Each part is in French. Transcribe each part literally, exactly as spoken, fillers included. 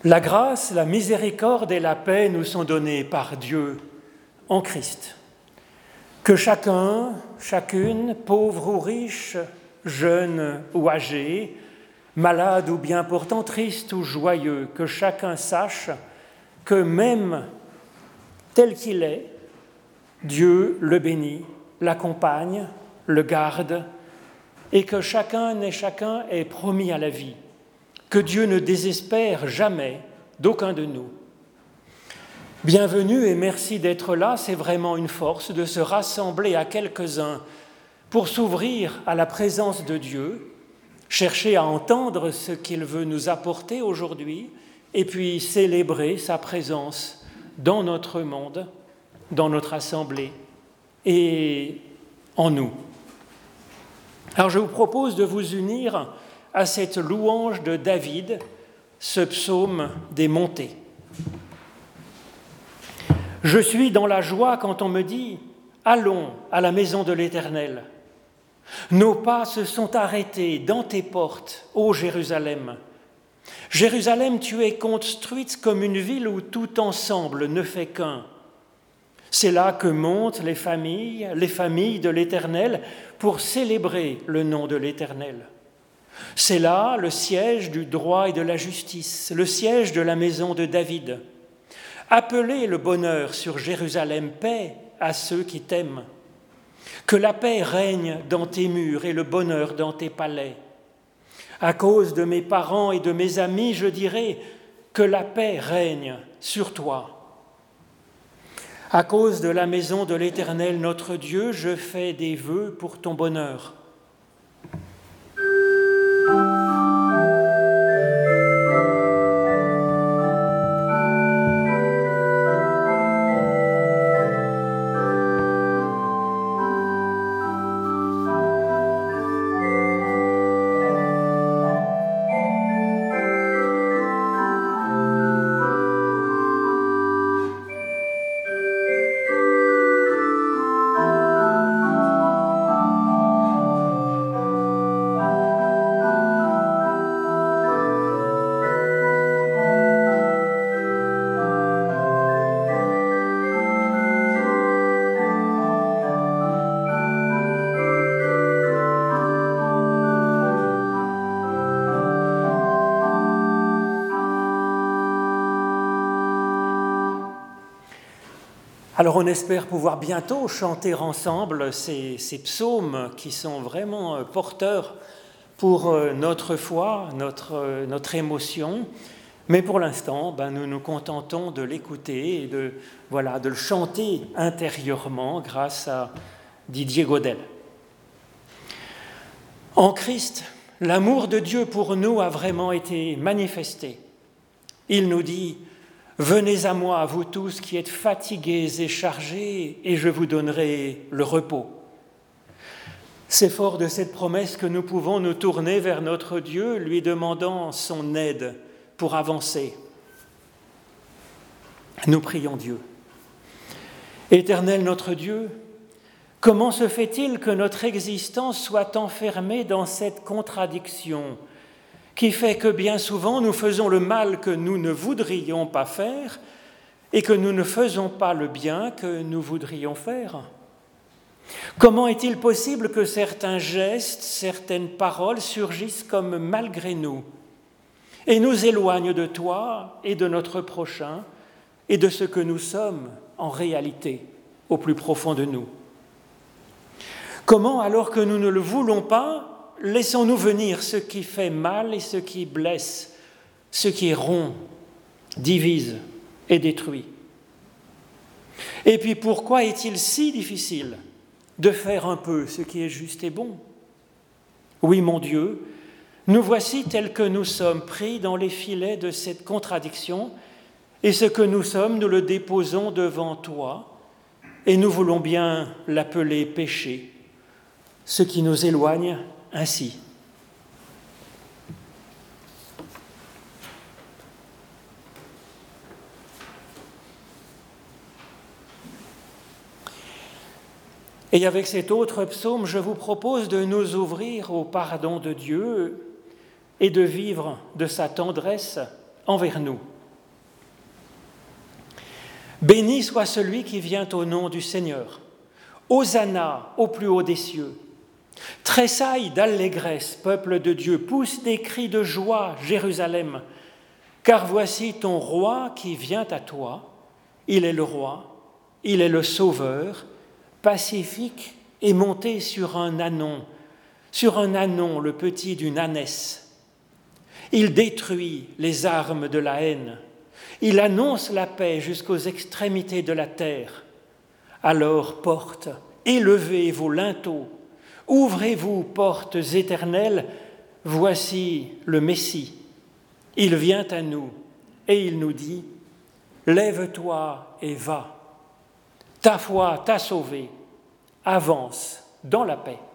La grâce, la miséricorde et la paix nous sont données par Dieu en Christ. Que chacun, chacune, pauvre ou riche, jeune ou âgé, malade ou bien portant, triste ou joyeux, que chacun sache que même tel qu'il est, Dieu le bénit, l'accompagne, le garde, et que chacun et chacun est promis à la vie, que Dieu ne désespère jamais d'aucun de nous. Bienvenue et merci d'être là, c'est vraiment une force de se rassembler à quelques-uns pour s'ouvrir à la présence de Dieu, chercher à entendre ce qu'il veut nous apporter aujourd'hui et puis célébrer sa présence dans notre monde, dans notre assemblée et en nous. Alors je vous propose de vous unir à cette louange de David, ce psaume des montées. Je suis dans la joie quand on me dit « Allons à la maison de l'Éternel ». Nos pas se sont arrêtés dans tes portes, ô Jérusalem. Jérusalem, tu es construite comme une ville où tout ensemble ne fait qu'un. C'est là que montent les familles, les familles de l'Éternel pour célébrer le nom de l'Éternel. C'est là le siège du droit et de la justice, le siège de la maison de David. Appelez le bonheur sur Jérusalem, paix à ceux qui t'aiment. Que la paix règne dans tes murs et le bonheur dans tes palais. À cause de mes parents et de mes amis, je dirai que la paix règne sur toi. À cause de la maison de l'Éternel, notre Dieu, je fais des vœux pour ton bonheur. Alors on espère pouvoir bientôt chanter ensemble ces, ces psaumes qui sont vraiment porteurs pour notre foi, notre, notre émotion. Mais pour l'instant, ben, nous nous contentons de l'écouter et de, voilà, de le chanter intérieurement grâce à Didier Godel. En Christ, l'amour de Dieu pour nous a vraiment été manifesté. Il nous dit « Venez à moi, vous tous qui êtes fatigués et chargés, et je vous donnerai le repos. » C'est fort de cette promesse que nous pouvons nous tourner vers notre Dieu, lui demandant son aide pour avancer. Nous prions Dieu. Éternel notre Dieu, comment se fait-il que notre existence soit enfermée dans cette contradiction qui fait que bien souvent nous faisons le mal que nous ne voudrions pas faire et que nous ne faisons pas le bien que nous voudrions faire? Comment est-il possible que certains gestes, certaines paroles surgissent comme malgré nous et nous éloignent de toi et de notre prochain et de ce que nous sommes en réalité au plus profond de nous? Comment, alors que nous ne le voulons pas, laissons-nous venir ce qui fait mal et ce qui blesse, ce qui rompt, divise et détruit? Et puis pourquoi est-il si difficile de faire un peu ce qui est juste et bon? Oui, mon Dieu, nous voici tels que nous sommes pris dans les filets de cette contradiction, et ce que nous sommes, nous le déposons devant toi, et nous voulons bien l'appeler péché, ce qui nous éloigne ainsi. Et avec cet autre psaume, je vous propose de nous ouvrir au pardon de Dieu et de vivre de sa tendresse envers nous Béni soit celui qui vient au nom du Seigneur. Hosanna au plus haut des cieux. Tressaille d'allégresse, peuple de Dieu, pousse des cris de joie, Jérusalem, car voici ton roi qui vient à toi. Il est le roi, il est le sauveur, pacifique et monté sur un ânon, sur un ânon, le petit d'une ânesse. Il détruit les armes de la haine. Il annonce la paix jusqu'aux extrémités de la terre. Alors, portes, élevez vos linteaux, ouvrez-vous, portes éternelles, voici le Messie. Il vient à nous et il nous dit, lève-toi et va. Ta foi t'a sauvé, avance dans la paix.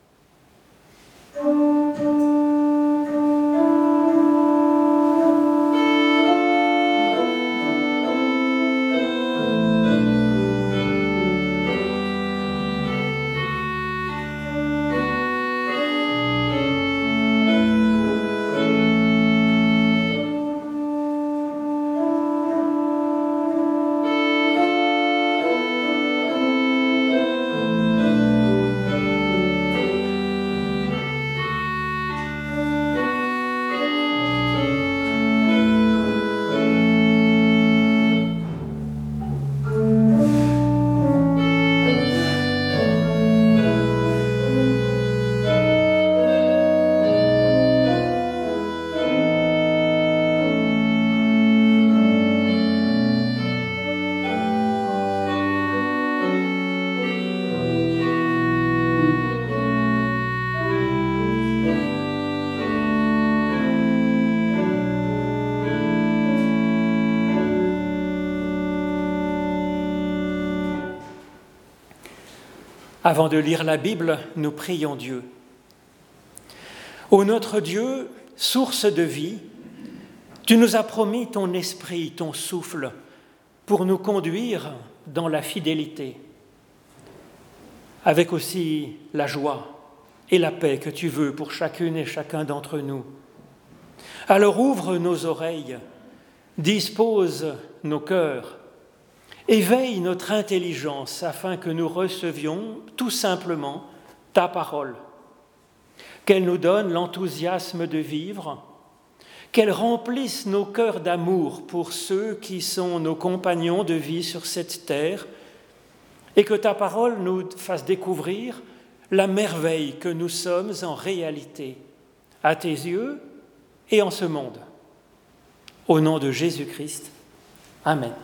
Avant de lire la Bible, nous prions Dieu. Ô notre Dieu, source de vie, tu nous as promis ton esprit, ton souffle, pour nous conduire dans la fidélité, avec aussi la joie et la paix que tu veux pour chacune et chacun d'entre nous. Alors ouvre nos oreilles, dispose nos cœurs, éveille notre intelligence afin que nous recevions tout simplement ta parole, qu'elle nous donne l'enthousiasme de vivre, qu'elle remplisse nos cœurs d'amour pour ceux qui sont nos compagnons de vie sur cette terre, et que ta parole nous fasse découvrir la merveille que nous sommes en réalité, à tes yeux et en ce monde. Au nom de Jésus-Christ, Amen.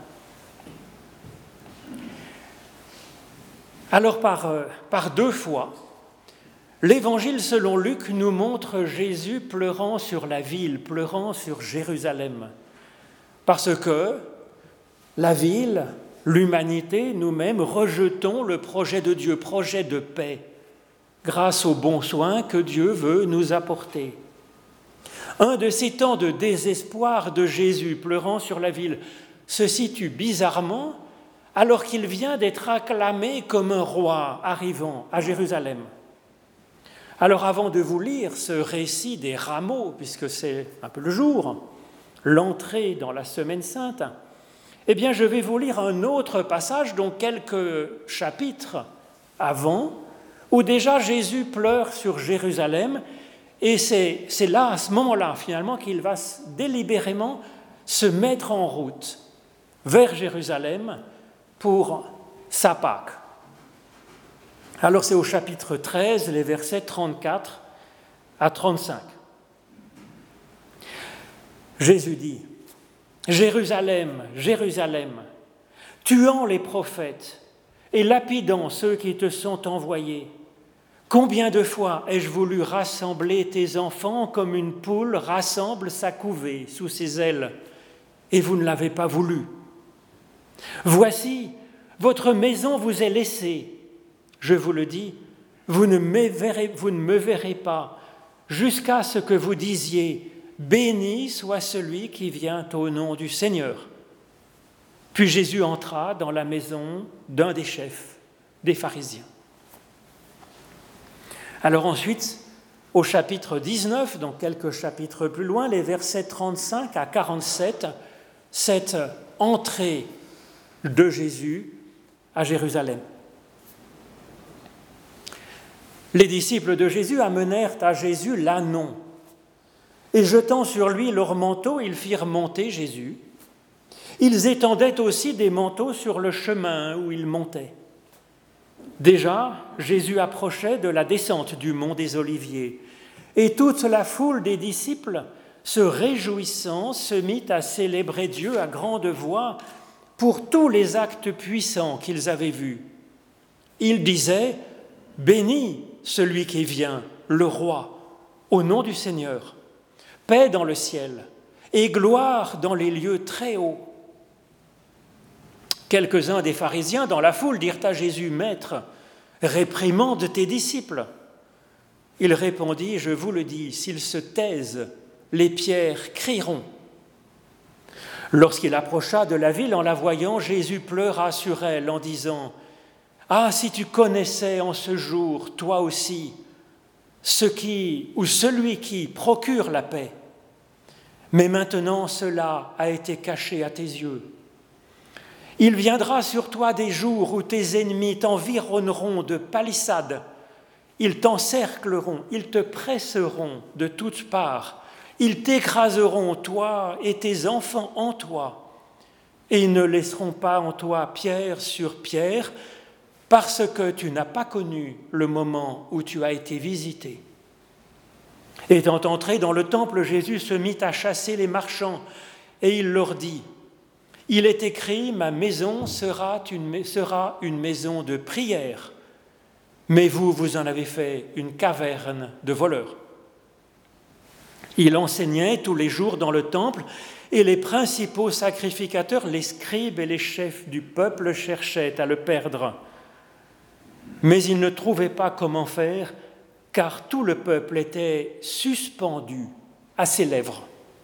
Alors, par, euh, par deux fois, l'Évangile selon Luc nous montre Jésus pleurant sur la ville, pleurant sur Jérusalem, parce que la ville, l'humanité, nous-mêmes, rejetons le projet de Dieu, projet de paix, grâce aux bons soins que Dieu veut nous apporter. Un de ces temps de désespoir de Jésus pleurant sur la ville se situe bizarrement alors qu'il vient d'être acclamé comme un roi arrivant à Jérusalem. Alors avant de vous lire ce récit des rameaux, puisque c'est un peu le jour, l'entrée dans la Semaine Sainte, eh bien je vais vous lire un autre passage, donc quelques chapitres avant, où déjà Jésus pleure sur Jérusalem, et c'est, c'est là, à ce moment-là, finalement, qu'il va délibérément se mettre en route vers Jérusalem pour sa Pâque. Alors c'est au chapitre treize, les versets trente-quatre à trente-cinq. Jésus dit, « Jérusalem, Jérusalem, tuant les prophètes et lapidant ceux qui te sont envoyés, combien de fois ai-je voulu rassembler tes enfants comme une poule rassemble sa couvée sous ses ailes, et vous ne l'avez pas voulu. Voici, votre maison vous est laissée. Je vous le dis, vous ne me verrez, vous ne me verrez pas jusqu'à ce que vous disiez « Béni soit celui qui vient au nom du Seigneur ». Puis Jésus entra dans la maison d'un des chefs, des pharisiens. Alors ensuite, au chapitre dix-neuf, donc quelques chapitres plus loin, les versets trente-cinq à quarante-sept, cette entrée de Jésus à Jérusalem. Les disciples de Jésus amenèrent à Jésus l'ânon, et jetant sur lui leurs manteaux, ils firent monter Jésus. Ils étendaient aussi des manteaux sur le chemin où ils montaient. Déjà, Jésus approchait de la descente du mont des Oliviers, et toute la foule des disciples, se réjouissant, se mit à célébrer Dieu à grande voix pour tous les actes puissants qu'ils avaient vus. Ils disaient « Béni celui qui vient, le roi, au nom du Seigneur, paix dans le ciel et gloire dans les lieux très hauts. » Quelques-uns des pharisiens dans la foule dirent à Jésus « Maître, réprimande tes disciples. » Il répondit « Je vous le dis, s'ils se taisent, les pierres crieront. » Lorsqu'il approcha de la ville en la voyant, Jésus pleura sur elle en disant « Ah, si tu connaissais en ce jour, toi aussi, ce qui ou celui qui procure la paix. Mais maintenant cela a été caché à tes yeux. Il viendra sur toi des jours où tes ennemis t'environneront de palissades. Ils t'encercleront, ils te presseront de toutes parts. Ils t'écraseront, toi et tes enfants en toi. Et ils ne laisseront pas en toi pierre sur pierre, parce que tu n'as pas connu le moment où tu as été visité. » Étant entré dans le temple, Jésus se mit à chasser les marchands, et il leur dit « Il est écrit, ma maison sera une, sera une maison de prière, mais vous, vous en avez fait une caverne de voleurs. » Il enseignait tous les jours dans le temple, et les principaux sacrificateurs, les scribes et les chefs du peuple cherchaient à le perdre. Mais ils ne trouvaient pas comment faire, car tout le peuple était suspendu à ses lèvres.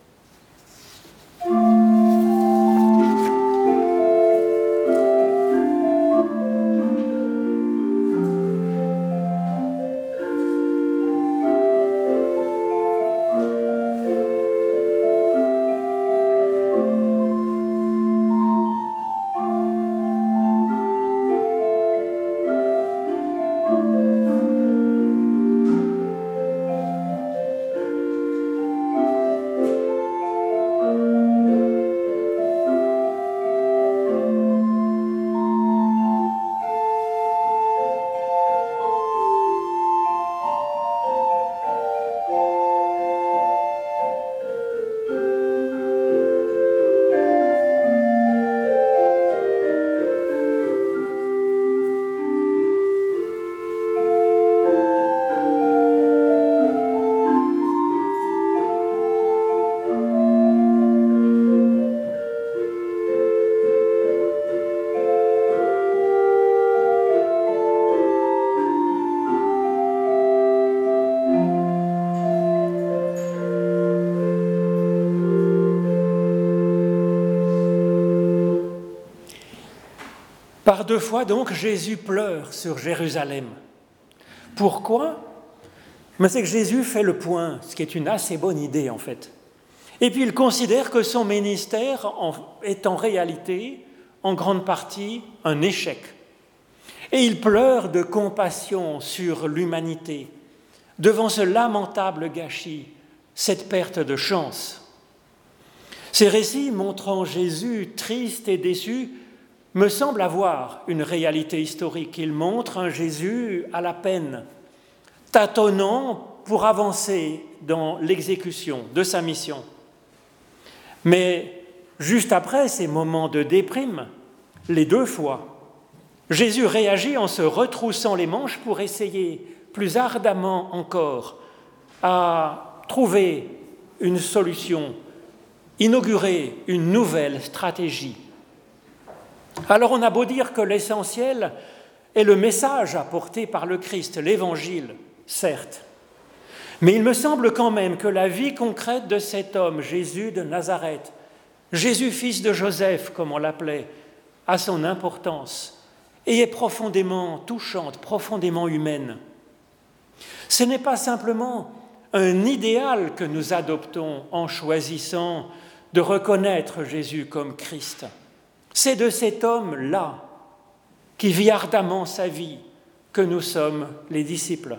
Par deux fois, donc, Jésus pleure sur Jérusalem. Pourquoi ? Mais c'est que Jésus fait le point, ce qui est une assez bonne idée, en fait. Et puis, il considère que son ministère est en réalité, en grande partie, un échec. Et il pleure de compassion sur l'humanité, devant ce lamentable gâchis, cette perte de chance. Ces récits montrant Jésus triste et déçu me semble avoir une réalité historique. Il montre un Jésus à la peine, tâtonnant pour avancer dans l'exécution de sa mission. Mais juste après ces moments de déprime, les deux fois, Jésus réagit en se retroussant les manches pour essayer plus ardemment encore à trouver une solution, inaugurer une nouvelle stratégie. Alors on a beau dire que l'essentiel est le message apporté par le Christ, l'Évangile, certes, mais il me semble quand même que la vie concrète de cet homme, Jésus de Nazareth, Jésus fils de Joseph, comme on l'appelait, a son importance et est profondément touchante, profondément humaine. Ce n'est pas simplement un idéal que nous adoptons en choisissant de reconnaître Jésus comme Christ. C'est de cet homme-là, qui vit ardemment sa vie, que nous sommes les disciples.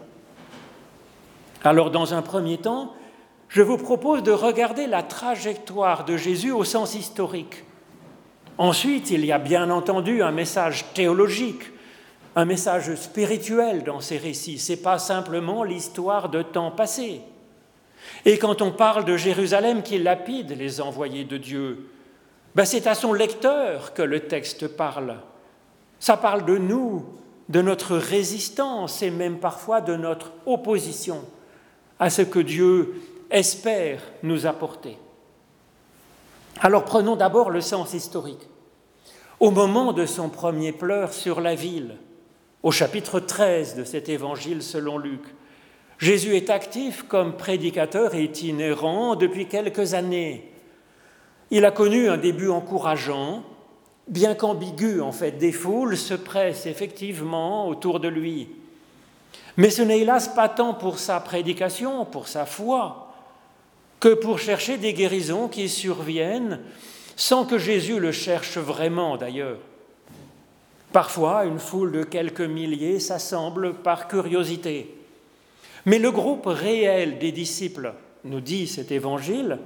Alors, dans un premier temps, je vous propose de regarder la trajectoire de Jésus au sens historique. Ensuite, il y a bien entendu un message théologique, un message spirituel dans ces récits. Ce n'est pas simplement l'histoire de temps passés. Et quand on parle de Jérusalem qui lapide les envoyés de Dieu, ben c'est à son lecteur que le texte parle. Ça parle de nous, de notre résistance et même parfois de notre opposition à ce que Dieu espère nous apporter. Alors prenons d'abord le sens historique. Au moment de son premier pleur sur la ville, au chapitre treize de cet évangile selon Luc, Jésus est actif comme prédicateur itinérant depuis quelques années. Il a connu un début encourageant, bien qu'ambigu en fait. Des foules se pressent effectivement autour de lui. Mais ce n'est hélas pas tant pour sa prédication, pour sa foi, que pour chercher des guérisons qui surviennent sans que Jésus le cherche vraiment d'ailleurs. Parfois, une foule de quelques milliers s'assemble par curiosité. Mais le groupe réel des disciples, nous dit cet évangile,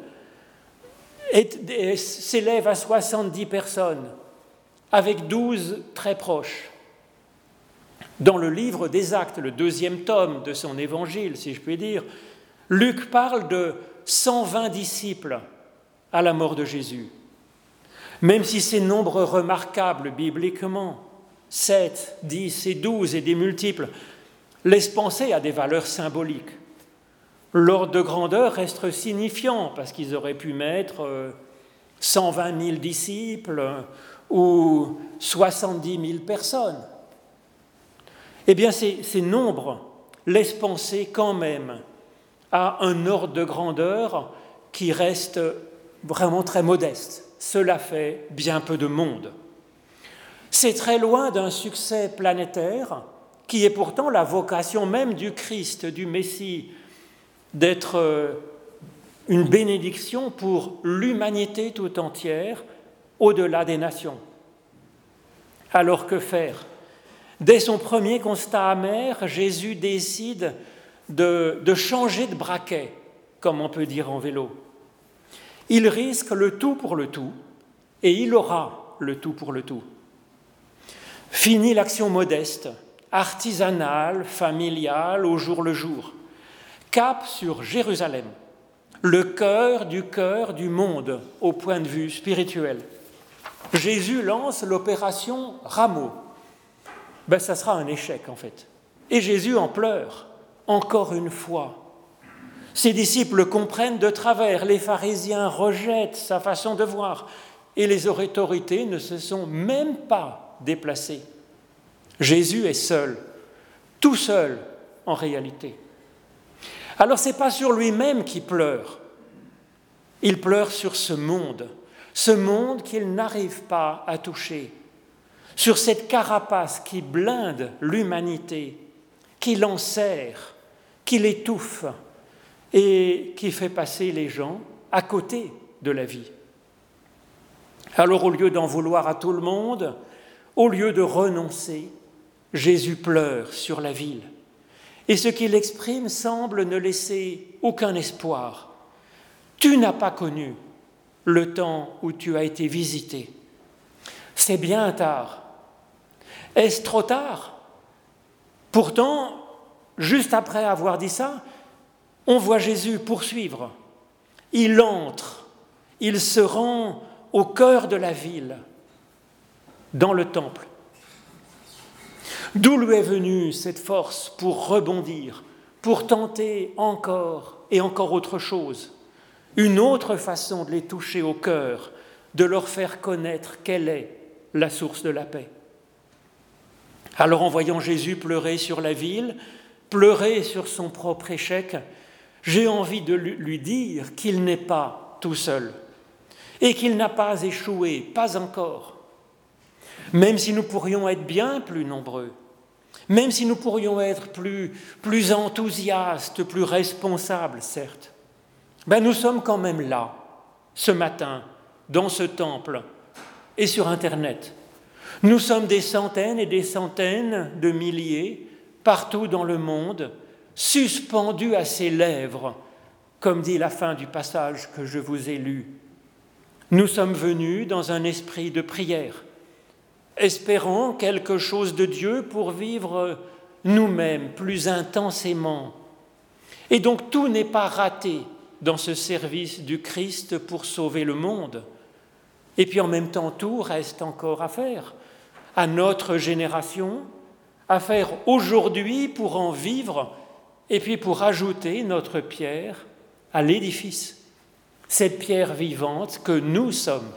est, est, s'élève à soixante-dix personnes, avec douze très proches. Dans le livre des Actes, le deuxième tome de son évangile, si je puis dire, Luc parle de cent vingt disciples à la mort de Jésus. Même si ces nombres remarquables bibliquement, sept, dix et douze et des multiples, laissent penser à des valeurs symboliques. L'ordre de grandeur reste signifiant parce qu'ils auraient pu mettre cent vingt mille disciples ou soixante-dix mille personnes. Eh bien, ces, ces nombres laissent penser quand même à un ordre de grandeur qui reste vraiment très modeste. Cela fait bien peu de monde. C'est très loin d'un succès planétaire qui est pourtant la vocation même du Christ, du Messie, d'être une bénédiction pour l'humanité tout entière, au-delà des nations. Alors que faire ? Dès son premier constat amer, Jésus décide de, de changer de braquet, comme on peut dire en vélo. Il risque le tout pour le tout, et il aura le tout pour le tout. Fini l'action modeste, artisanale, familiale, au jour le jour. Cap sur Jérusalem, le cœur du cœur du monde au point de vue spirituel. Jésus lance l'opération Rameau. Ben, ça sera un échec en fait. Et Jésus en pleure, encore une fois. Ses disciples comprennent de travers, les pharisiens rejettent sa façon de voir et les autorités ne se sont même pas déplacées. Jésus est seul, tout seul en réalité. Alors ce n'est pas sur lui-même qu'il pleure, il pleure sur ce monde, ce monde qu'il n'arrive pas à toucher, sur cette carapace qui blinde l'humanité, qui l'enserre, qui l'étouffe et qui fait passer les gens à côté de la vie. Alors au lieu d'en vouloir à tout le monde, au lieu de renoncer, Jésus pleure sur la ville. Et ce qu'il exprime semble ne laisser aucun espoir. Tu n'as pas connu le temps où tu as été visité. C'est bien tard. Est-ce trop tard ? Pourtant, juste après avoir dit ça, on voit Jésus poursuivre. Il entre, il se rend au cœur de la ville, dans le temple. D'où lui est venue cette force pour rebondir, pour tenter encore et encore autre chose, une autre façon de les toucher au cœur, de leur faire connaître quelle est la source de la paix. Alors en voyant Jésus pleurer sur la ville, pleurer sur son propre échec, j'ai envie de lui dire qu'il n'est pas tout seul et qu'il n'a pas échoué, pas encore. Même si nous pourrions être bien plus nombreux, même si nous pourrions être plus, plus enthousiastes, plus responsables, certes, ben nous sommes quand même là, ce matin, dans ce temple, et sur Internet. Nous sommes des centaines et des centaines de milliers, partout dans le monde, suspendus à ses lèvres, comme dit la fin du passage que je vous ai lu. Nous sommes venus dans un esprit de prière, espérant quelque chose de Dieu pour vivre nous-mêmes plus intensément. Et donc tout n'est pas raté dans ce service du Christ pour sauver le monde. Et puis en même temps, tout reste encore à faire, à notre génération, à faire aujourd'hui pour en vivre, et puis pour ajouter notre pierre à l'édifice, cette pierre vivante que nous sommes.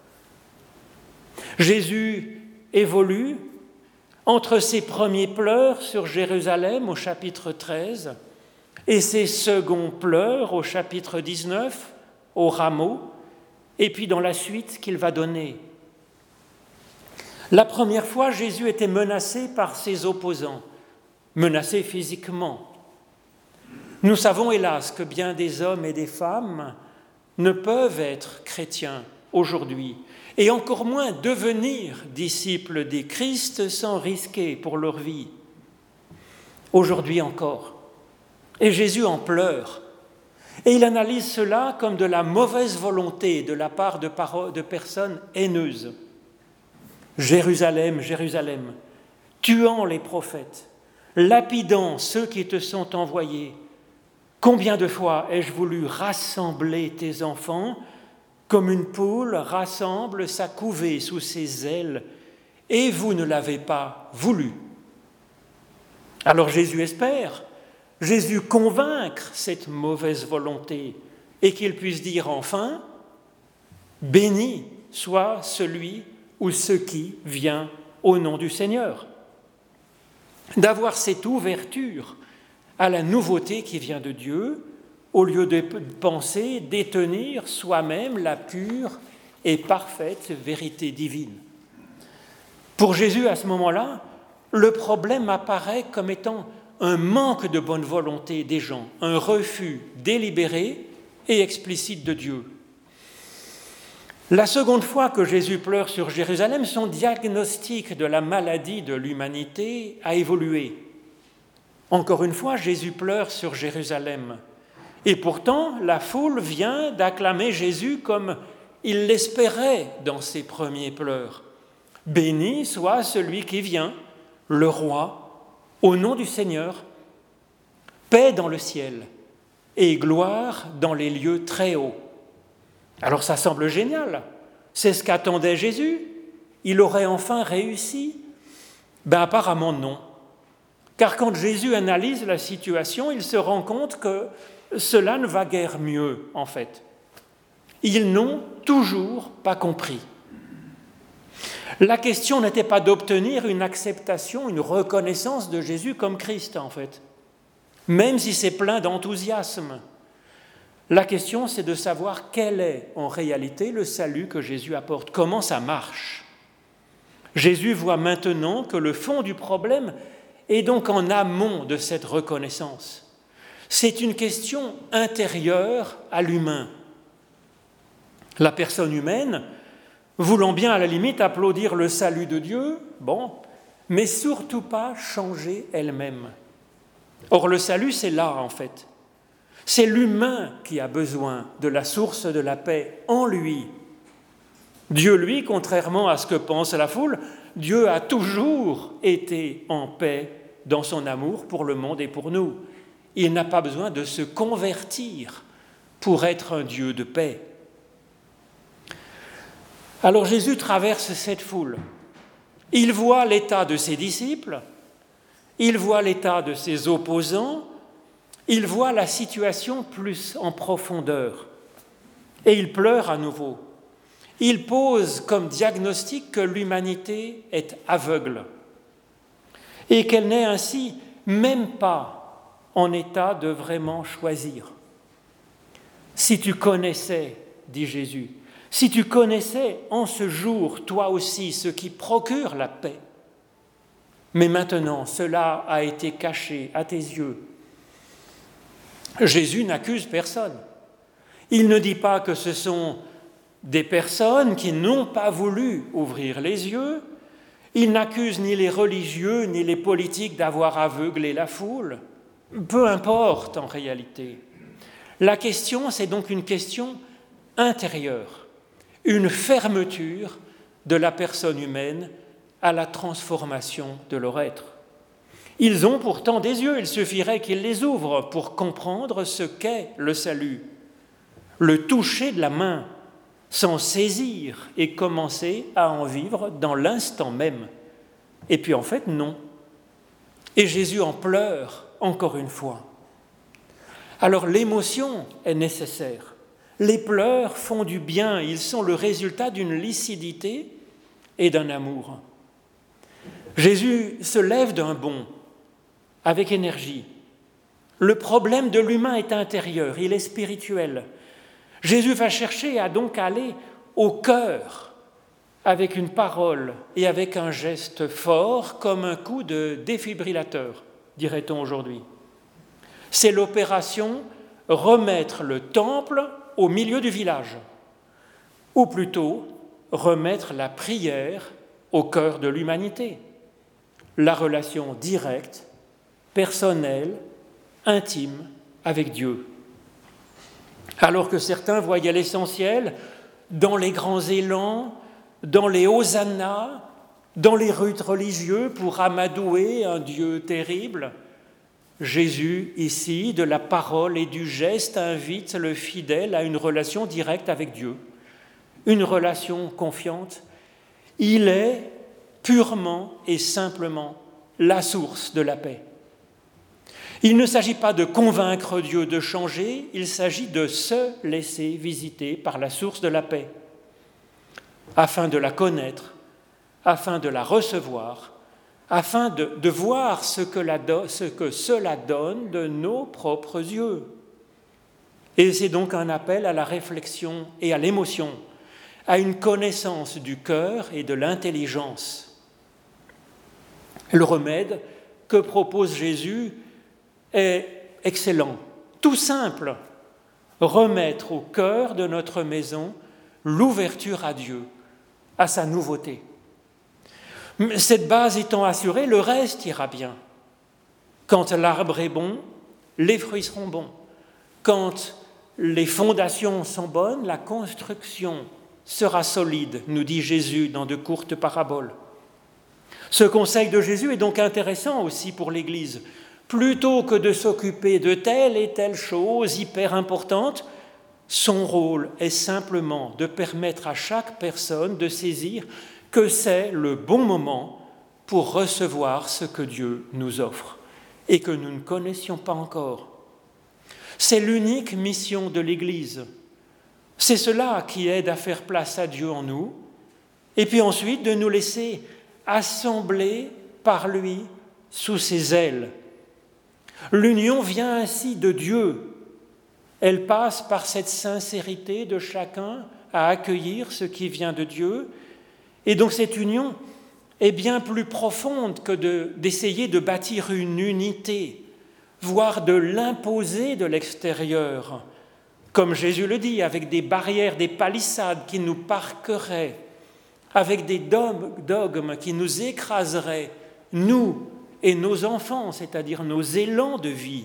Jésus évolue entre ses premiers pleurs sur Jérusalem au chapitre treize et ses seconds pleurs au chapitre dix-neuf, au rameau, et puis dans la suite qu'il va donner. La première fois, Jésus était menacé par ses opposants, menacé physiquement. Nous savons hélas que bien des hommes et des femmes ne peuvent être chrétiens aujourd'hui, et encore moins devenir disciples des Christ sans risquer pour leur vie. Aujourd'hui encore. Et Jésus en pleure. Et il analyse cela comme de la mauvaise volonté de la part de, paro- de personnes haineuses. Jérusalem, Jérusalem, tuant les prophètes, lapidant ceux qui te sont envoyés. Combien de fois ai-je voulu rassembler tes enfants comme une poule rassemble sa couvée sous ses ailes, et vous ne l'avez pas voulu. Alors Jésus espère, Jésus convaincre cette mauvaise volonté, et qu'il puisse dire enfin, béni soit celui ou ce qui vient au nom du Seigneur. D'avoir cette ouverture à la nouveauté qui vient de Dieu, au lieu de penser détenir soi-même la pure et parfaite vérité divine. Pour Jésus, à ce moment-là, le problème apparaît comme étant un manque de bonne volonté des gens, un refus délibéré et explicite de Dieu. La seconde fois que Jésus pleure sur Jérusalem, son diagnostic de la maladie de l'humanité a évolué. Encore une fois, Jésus pleure sur Jérusalem. Et pourtant, la foule vient d'acclamer Jésus comme il l'espérait dans ses premiers pleurs. Béni soit celui qui vient, le roi, au nom du Seigneur, paix dans le ciel et gloire dans les lieux très hauts. Alors ça semble génial, c'est ce qu'attendait Jésus, il aurait enfin réussi. Ben apparemment non, car quand Jésus analyse la situation, il se rend compte que cela ne va guère mieux, en fait. Ils n'ont toujours pas compris. La question n'était pas d'obtenir une acceptation, une reconnaissance de Jésus comme Christ, en fait, même si c'est plein d'enthousiasme. La question, c'est de savoir quel est en réalité le salut que Jésus apporte, comment ça marche. Jésus voit maintenant que le fond du problème est donc en amont de cette reconnaissance. C'est une question intérieure à l'humain. La personne humaine, voulant bien à la limite applaudir le salut de Dieu, bon, mais surtout pas changer elle-même. Or, le salut, c'est là, en fait. C'est l'humain qui a besoin de la source de la paix en lui. Dieu, lui, contrairement à ce que pense la foule, Dieu a toujours été en paix dans son amour pour le monde et pour nous. Il n'a pas besoin de se convertir pour être un Dieu de paix. Alors Jésus traverse cette foule. Il voit l'état de ses disciples, il voit l'état de ses opposants, il voit la situation plus en profondeur. Et il pleure à nouveau. Il pose comme diagnostic que l'humanité est aveugle et qu'elle n'est ainsi même pas en état de vraiment choisir. Si tu connaissais, dit Jésus, si tu connaissais en ce jour, toi aussi, ce qui procure la paix, mais maintenant cela a été caché à tes yeux. Jésus n'accuse personne. Il ne dit pas que ce sont des personnes qui n'ont pas voulu ouvrir les yeux. Il n'accuse ni les religieux ni les politiques d'avoir aveuglé la foule. Peu importe en réalité. La question, c'est donc une question intérieure, une fermeture de la personne humaine à la transformation de leur être. Ils ont pourtant des yeux, il suffirait qu'ils les ouvrent pour comprendre ce qu'est le salut, le toucher de la main, s'en saisir et commencer à en vivre dans l'instant même. Et puis en fait, non. Et Jésus en pleure encore une fois. Alors l'émotion est nécessaire. Les pleurs font du bien, ils sont le résultat d'une lucidité et d'un amour. Jésus se lève d'un bond, avec énergie. Le problème de l'humain est intérieur, il est spirituel. Jésus va chercher à donc aller au cœur avec une parole et avec un geste fort comme un coup de défibrillateur, dirait-on aujourd'hui. C'est l'opération remettre le temple au milieu du village, ou plutôt remettre la prière au cœur de l'humanité, la relation directe, personnelle, intime avec Dieu. Alors que certains voyaient l'essentiel dans les grands élans, dans les hosannas, dans les rites religieux pour amadouer un Dieu terrible, Jésus, ici, de la parole et du geste, invite le fidèle à une relation directe avec Dieu, une relation confiante. Il est purement et simplement la source de la paix. Il ne s'agit pas de convaincre Dieu de changer, il s'agit de se laisser visiter par la source de la paix, afin de la connaître, afin de la recevoir, afin de, de voir ce que, la do, ce que cela donne de nos propres yeux. Et c'est donc un appel à la réflexion et à l'émotion, à une connaissance du cœur et de l'intelligence. Le remède que propose Jésus est excellent, tout simple, remettre au cœur de notre maison l'ouverture à Dieu, à sa nouveauté. Cette base étant assurée, le reste ira bien. Quand l'arbre est bon, les fruits seront bons. Quand les fondations sont bonnes, la construction sera solide, nous dit Jésus dans de courtes paraboles. Ce conseil de Jésus est donc intéressant aussi pour l'Église. Plutôt que de s'occuper de telle et telle chose hyper importante, son rôle est simplement de permettre à chaque personne de saisir que c'est le bon moment pour recevoir ce que Dieu nous offre et que nous ne connaissions pas encore. C'est l'unique mission de l'Église. C'est cela qui aide à faire place à Dieu en nous et puis ensuite de nous laisser assembler par lui sous ses ailes. L'union vient ainsi de Dieu. Elle passe par cette sincérité de chacun à accueillir ce qui vient de Dieu. Et donc cette union est bien plus profonde que de, d'essayer de bâtir une unité, voire de l'imposer de l'extérieur, comme Jésus le dit, avec des barrières, des palissades qui nous parqueraient, avec des dogmes qui nous écraseraient, nous et nos enfants, c'est-à-dire nos élans de vie.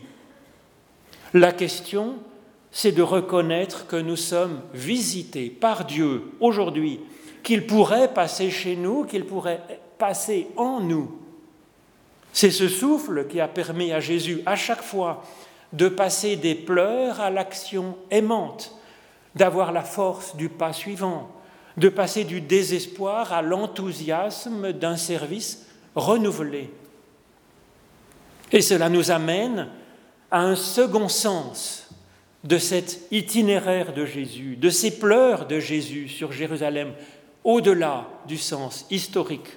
La question, c'est de reconnaître que nous sommes visités par Dieu aujourd'hui, qu'il pourrait passer chez nous, qu'il pourrait passer en nous. C'est ce souffle qui a permis à Jésus, à chaque fois, de passer des pleurs à l'action aimante, d'avoir la force du pas suivant, de passer du désespoir à l'enthousiasme d'un service renouvelé. Et cela nous amène à un second sens de cet itinéraire de Jésus, de ces pleurs de Jésus sur Jérusalem, au-delà du sens historique.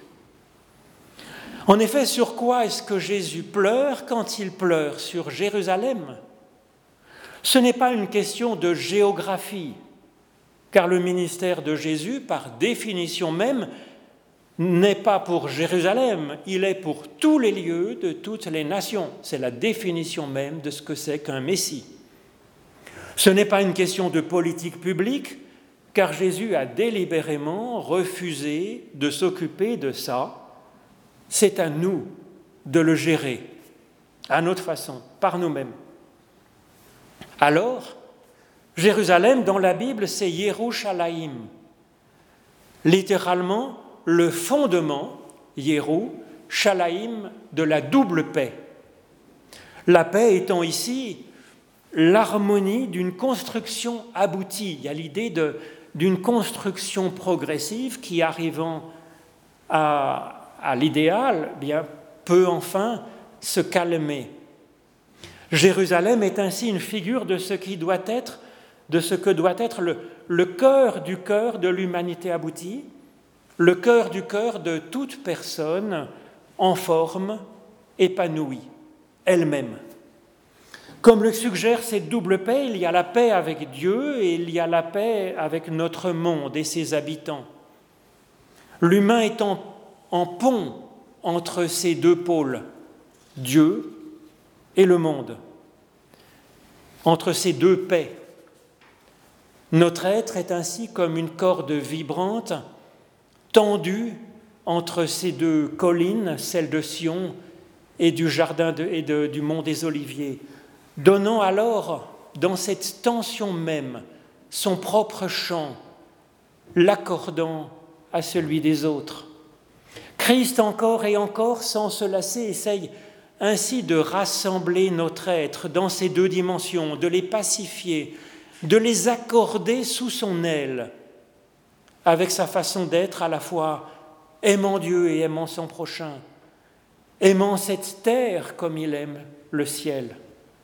En effet, sur quoi est-ce que Jésus pleure quand il pleure sur Jérusalem ? Ce n'est pas une question de géographie, car le ministère de Jésus, par définition même, n'est pas pour Jérusalem, il est pour tous les lieux de toutes les nations. C'est la définition même de ce que c'est qu'un Messie. Ce n'est pas une question de politique publique, car Jésus a délibérément refusé de s'occuper de ça. C'est à nous de le gérer, à notre façon, par nous-mêmes. Alors, Jérusalem, dans la Bible, c'est Yerushalayim. Littéralement, le fondement, Yeru, Shalaim, de la double paix. La paix étant ici l'harmonie d'une construction aboutie. Il y a l'idée de, d'une construction progressive qui, arrivant à, à l'idéal, bien, peut enfin se calmer. Jérusalem est ainsi une figure de ce qui doit être, de ce que doit être le, le cœur du cœur de l'humanité aboutie, le cœur du cœur de toute personne en forme, épanouie, elle-même. Comme le suggère cette double paix, il y a la paix avec Dieu et il y a la paix avec notre monde et ses habitants. L'humain est en, en pont entre ces deux pôles, Dieu et le monde, entre ces deux paix. Notre être est ainsi comme une corde vibrante, tendue entre ces deux collines, celle de Sion et du jardin de, et de, du mont des Oliviers, donnant alors, dans cette tension même, son propre chant, l'accordant à celui des autres. Christ encore et encore, sans se lasser, essaye ainsi de rassembler notre être dans ces deux dimensions, de les pacifier, de les accorder sous son aile, avec sa façon d'être à la fois aimant Dieu et aimant son prochain, aimant cette terre comme il aime le ciel,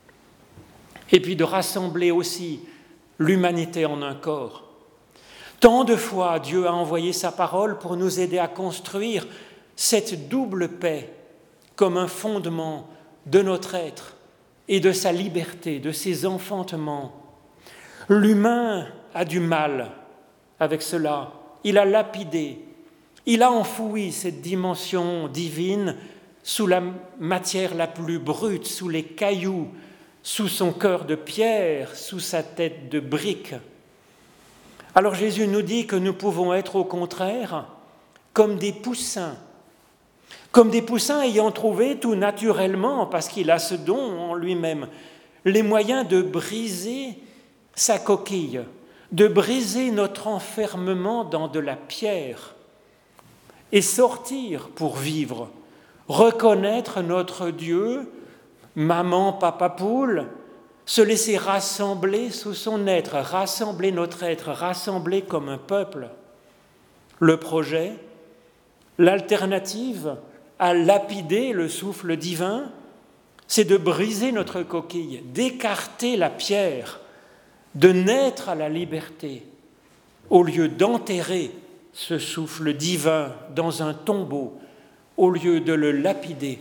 et puis de rassembler aussi l'humanité en un corps. Tant de fois, Dieu a envoyé sa parole pour nous aider à construire cette double paix comme un fondement de notre être et de sa liberté, de ses enfantements. L'humain a du mal avec cela. Il a lapidé, il a enfoui cette dimension divine sous la matière la plus brute, sous les cailloux, sous son cœur de pierre, sous sa tête de brique. Alors Jésus nous dit que nous pouvons être au contraire comme des poussins, comme des poussins ayant trouvé tout naturellement, parce qu'il a ce don en lui-même, les moyens de briser sa coquille, de briser notre enfermement dans de la pierre et sortir pour vivre, reconnaître notre Dieu, maman, papa poule, se laisser rassembler sous son être, rassembler notre être, rassembler comme un peuple. Le projet, l'alternative à lapider le souffle divin, c'est de briser notre coquille, d'écarter la pierre, de naître à la liberté, au lieu d'enterrer ce souffle divin dans un tombeau, au lieu de le lapider.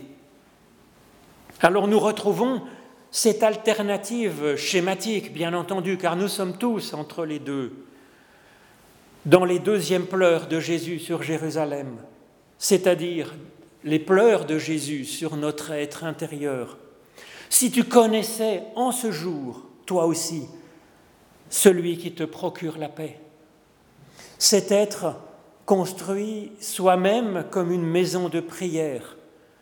Alors nous retrouvons cette alternative schématique, bien entendu, car nous sommes tous entre les deux, dans les deuxièmes pleurs de Jésus sur Jérusalem, c'est-à-dire les pleurs de Jésus sur notre être intérieur. Si tu connaissais en ce jour, toi aussi, celui qui te procure la paix, cet être construit soi-même comme une maison de prière,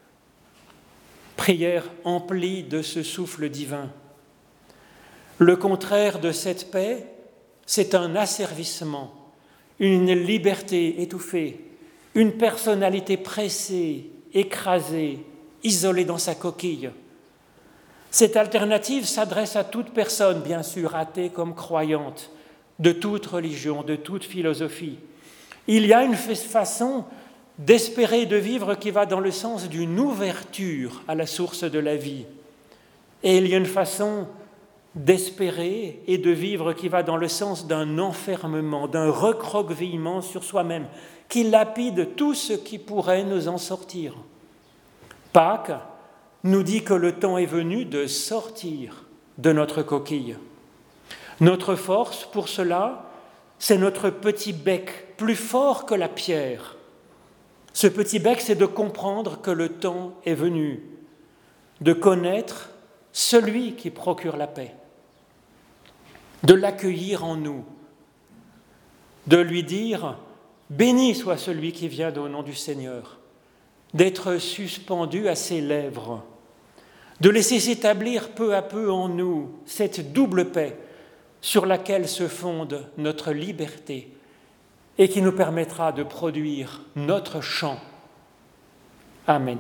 prière emplie de ce souffle divin. Le contraire de cette paix, c'est un asservissement, une liberté étouffée, une personnalité pressée, écrasée, isolée dans sa coquille. Cette alternative s'adresse à toute personne, bien sûr, athée comme croyante, de toute religion, de toute philosophie. Il y a une façon d'espérer et de vivre qui va dans le sens d'une ouverture à la source de la vie. Et il y a une façon d'espérer et de vivre qui va dans le sens d'un enfermement, d'un recroquevillement sur soi-même, qui lapide tout ce qui pourrait nous en sortir. Pâques nous dit que le temps est venu de sortir de notre coquille. Notre force pour cela, c'est notre petit bec, plus fort que la pierre. Ce petit bec, c'est de comprendre que le temps est venu, de connaître celui qui procure la paix, de l'accueillir en nous, de lui dire « Béni soit celui qui vient au nom du Seigneur », d'être suspendu à ses lèvres, de laisser s'établir peu à peu en nous cette double paix sur laquelle se fonde notre liberté et qui nous permettra de produire notre chant. Amen.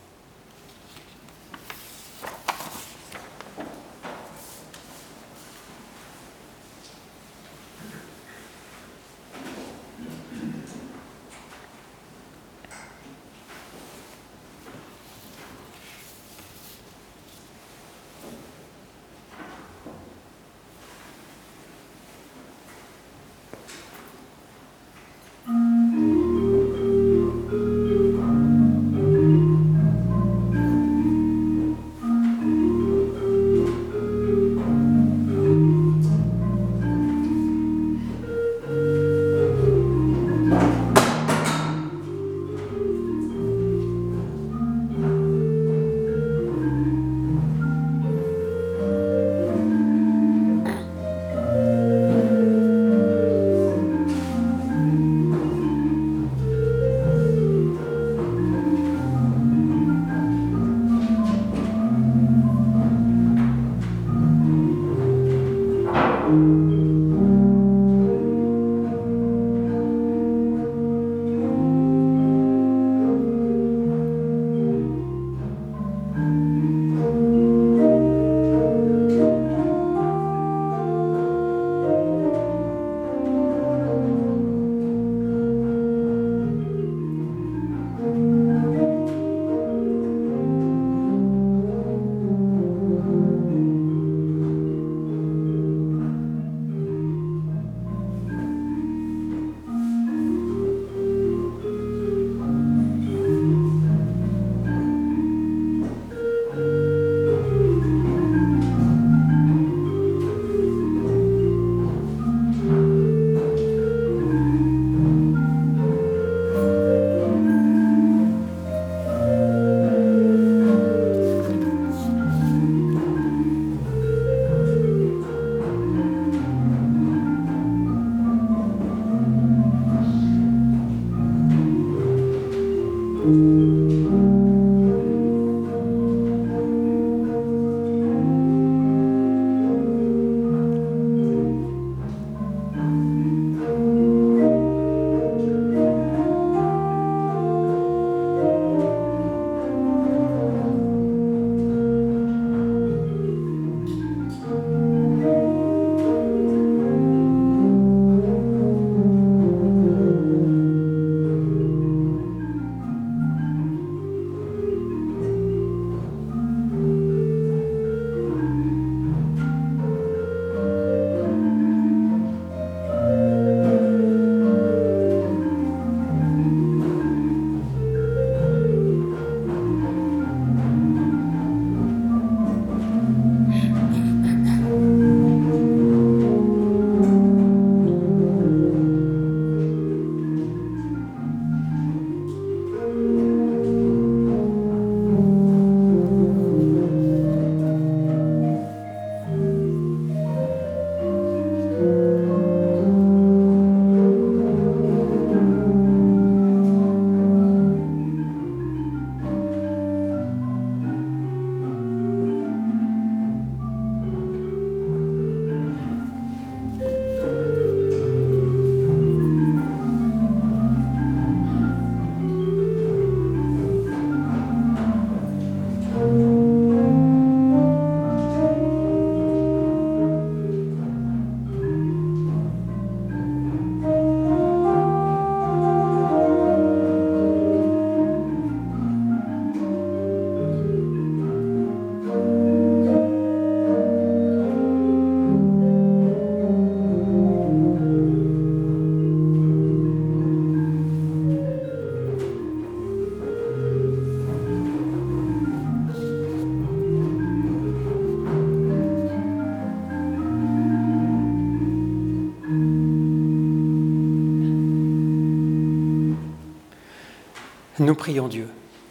Nous prions Dieu.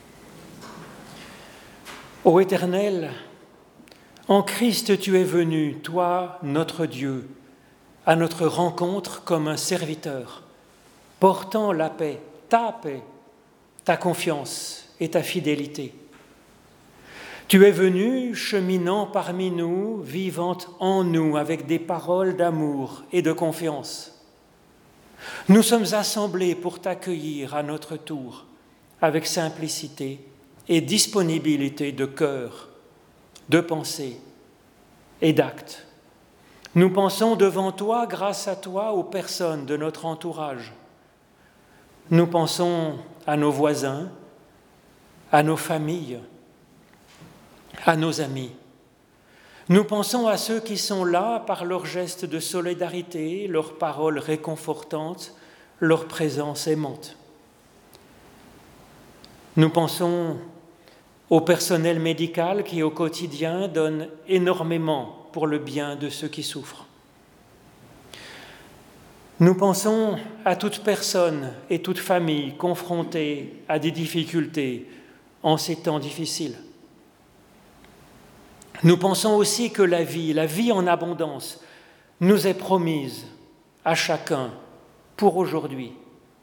Ô Éternel, en Christ tu es venu, toi, notre Dieu, à notre rencontre comme un serviteur, portant la paix, ta paix, ta confiance et ta fidélité. Tu es venu cheminant parmi nous, vivant en nous avec des paroles d'amour et de confiance. Nous sommes assemblés pour t'accueillir à notre tour avec simplicité et disponibilité de cœur, de pensée et d'actes. Nous pensons devant toi, grâce à toi, aux personnes de notre entourage. Nous pensons à nos voisins, à nos familles, à nos amis. Nous pensons à ceux qui sont là par leurs gestes de solidarité, leurs paroles réconfortantes, leur présence aimante. Nous pensons au personnel médical qui, au quotidien, donne énormément pour le bien de ceux qui souffrent. Nous pensons à toute personne et toute famille confrontée à des difficultés en ces temps difficiles. Nous pensons aussi que la vie, la vie en abondance, nous est promise à chacun pour aujourd'hui.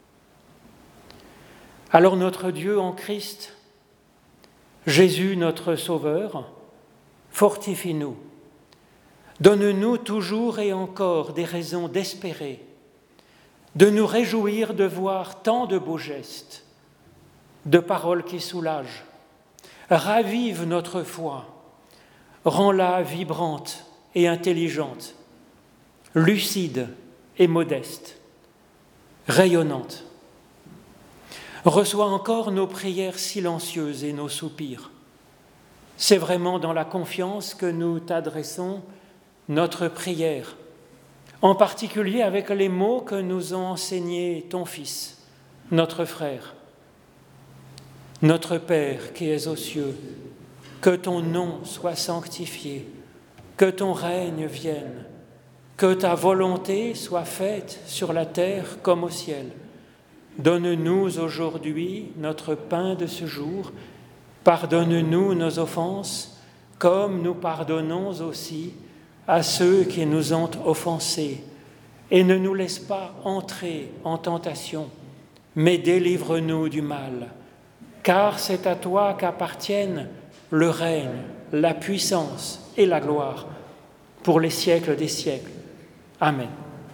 Alors notre Dieu en Christ, Jésus notre Sauveur, fortifie-nous. Donne-nous toujours et encore des raisons d'espérer, de nous réjouir de voir tant de beaux gestes, de paroles qui soulagent. Ravive notre foi, rends-la vibrante et intelligente, lucide et modeste, rayonnante. Reçois encore nos prières silencieuses et nos soupirs. C'est vraiment dans la confiance que nous t'adressons notre prière, en particulier avec les mots que nous a enseignés ton Fils, notre frère. Notre Père qui es aux cieux, que ton nom soit sanctifié, que ton règne vienne, que ta volonté soit faite sur la terre comme au ciel. Donne-nous aujourd'hui notre pain de ce jour. Pardonne-nous nos offenses, comme nous pardonnons aussi à ceux qui nous ont offensés. Et ne nous laisse pas entrer en tentation, mais délivre-nous du mal. Car c'est à toi qu'appartiennent le règne, la puissance et la gloire pour les siècles des siècles. Amen.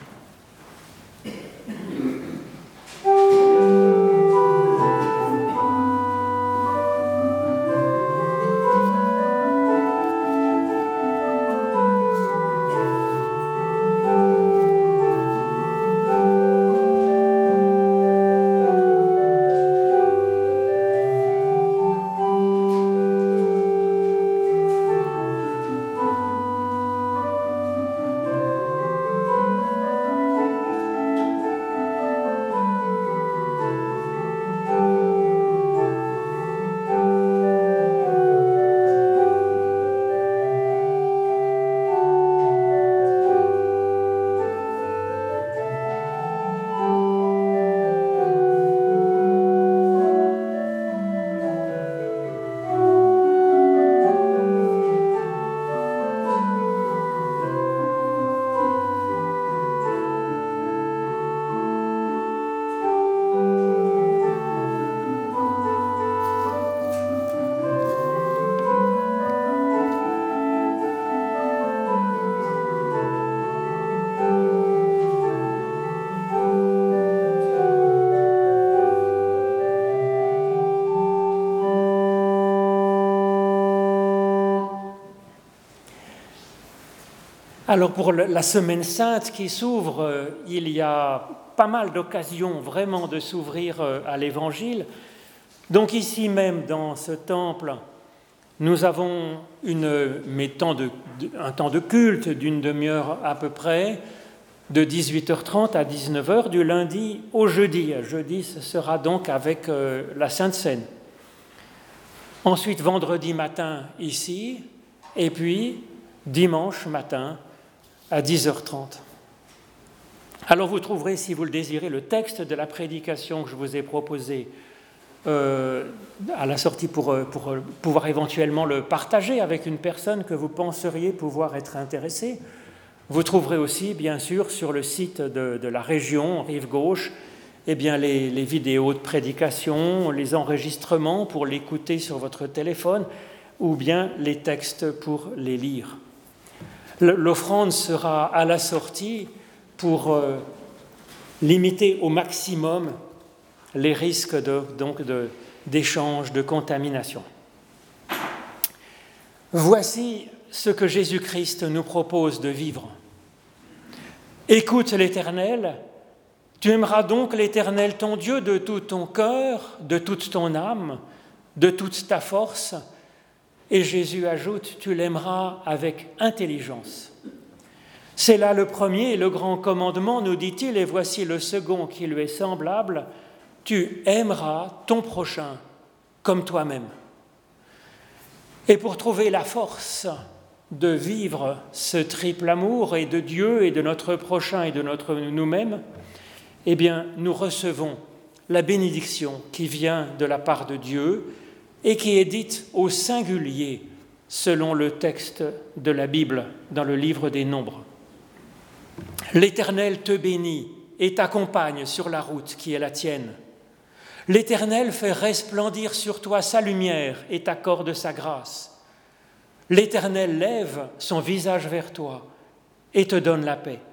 Alors pour la Semaine Sainte qui s'ouvre, il y a pas mal d'occasions vraiment de s'ouvrir à l'Évangile. Donc ici même dans ce temple, nous avons une, mais temps de, un temps de culte d'une demi-heure à peu près, de dix-huit heures trente à dix-neuf heures du lundi au jeudi. Jeudi, ce sera donc avec euh, la Sainte Seine. Ensuite, vendredi matin ici, et puis dimanche matin à dix heures trente. Alors vous trouverez, si vous le désirez, le texte de la prédication que je vous ai proposé euh, à la sortie pour, pour pouvoir éventuellement le partager avec une personne que vous penseriez pouvoir être intéressée. Vous trouverez aussi, bien sûr, sur le site de, de la région, Rive Gauche, eh bien, les, les vidéos de prédication, les enregistrements pour l'écouter sur votre téléphone, ou bien les textes pour les lire. L'offrande sera à la sortie pour euh, limiter au maximum les risques de, donc de, d'échange, de contamination. Voici ce que Jésus-Christ nous propose de vivre. Écoute l'Éternel, tu aimeras donc l'Éternel ton Dieu de tout ton cœur, de toute ton âme, de toute ta force. Et Jésus ajoute, tu l'aimeras avec intelligence. C'est là le premier et le grand commandement, nous dit-il, et voici le second qui lui est semblable, tu aimeras ton prochain comme toi-même. Et pour trouver la force de vivre ce triple amour et de Dieu et de notre prochain et de notre nous-mêmes, eh bien, nous recevons la bénédiction qui vient de la part de Dieu et qui est dite au singulier selon le texte de la Bible dans le livre des Nombres. L'Éternel te bénit et t'accompagne sur la route qui est la tienne. L'Éternel fait resplendir sur toi sa lumière et t'accorde sa grâce. L'Éternel lève son visage vers toi et te donne la paix.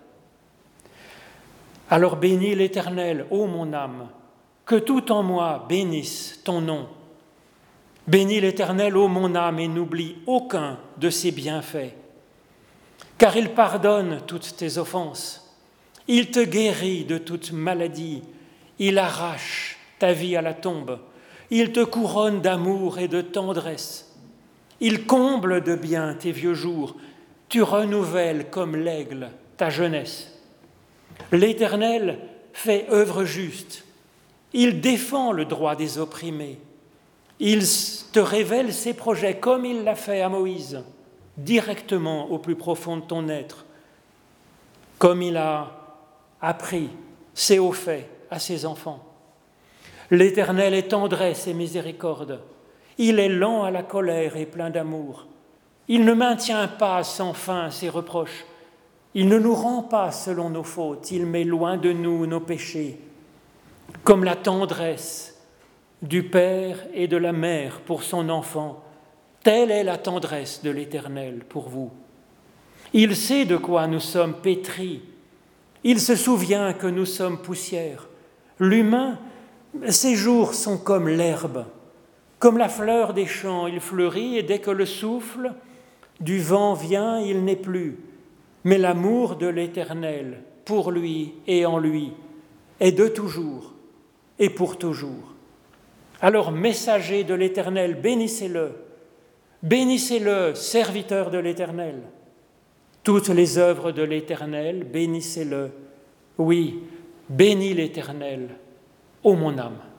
Alors bénis l'Éternel, ô mon âme, que tout en moi bénisse ton nom. Bénis l'Éternel, ô mon âme, et n'oublie aucun de ses bienfaits. Car il pardonne toutes tes offenses, il te guérit de toute maladie, il arrache ta vie à la tombe, il te couronne d'amour et de tendresse, il comble de bien tes vieux jours, tu renouvelles comme l'aigle ta jeunesse. L'Éternel fait œuvre juste, il défend le droit des opprimés, il te révèle ses projets comme il l'a fait à Moïse, directement au plus profond de ton être, comme il a appris ses hauts faits à ses enfants. L'Éternel est tendresse et miséricorde, il est lent à la colère et plein d'amour, il ne maintient pas sans fin ses reproches, il ne nous rend pas selon nos fautes, il met loin de nous nos péchés, comme la tendresse du père et de la mère pour son enfant, telle est la tendresse de l'Éternel pour vous. Il sait de quoi nous sommes pétris. Il se souvient que nous sommes poussière. L'humain, ses jours sont comme l'herbe. Comme la fleur des champs, il fleurit et dès que le souffle du vent vient, il n'est plus. Mais l'amour de l'Éternel, pour lui et en lui, est de toujours et pour toujours. Alors, messager de l'Éternel, bénissez-le. Bénissez-le, serviteur de l'Éternel. Toutes les œuvres de l'Éternel, bénissez-le. Oui, bénis l'Éternel, ô mon âme.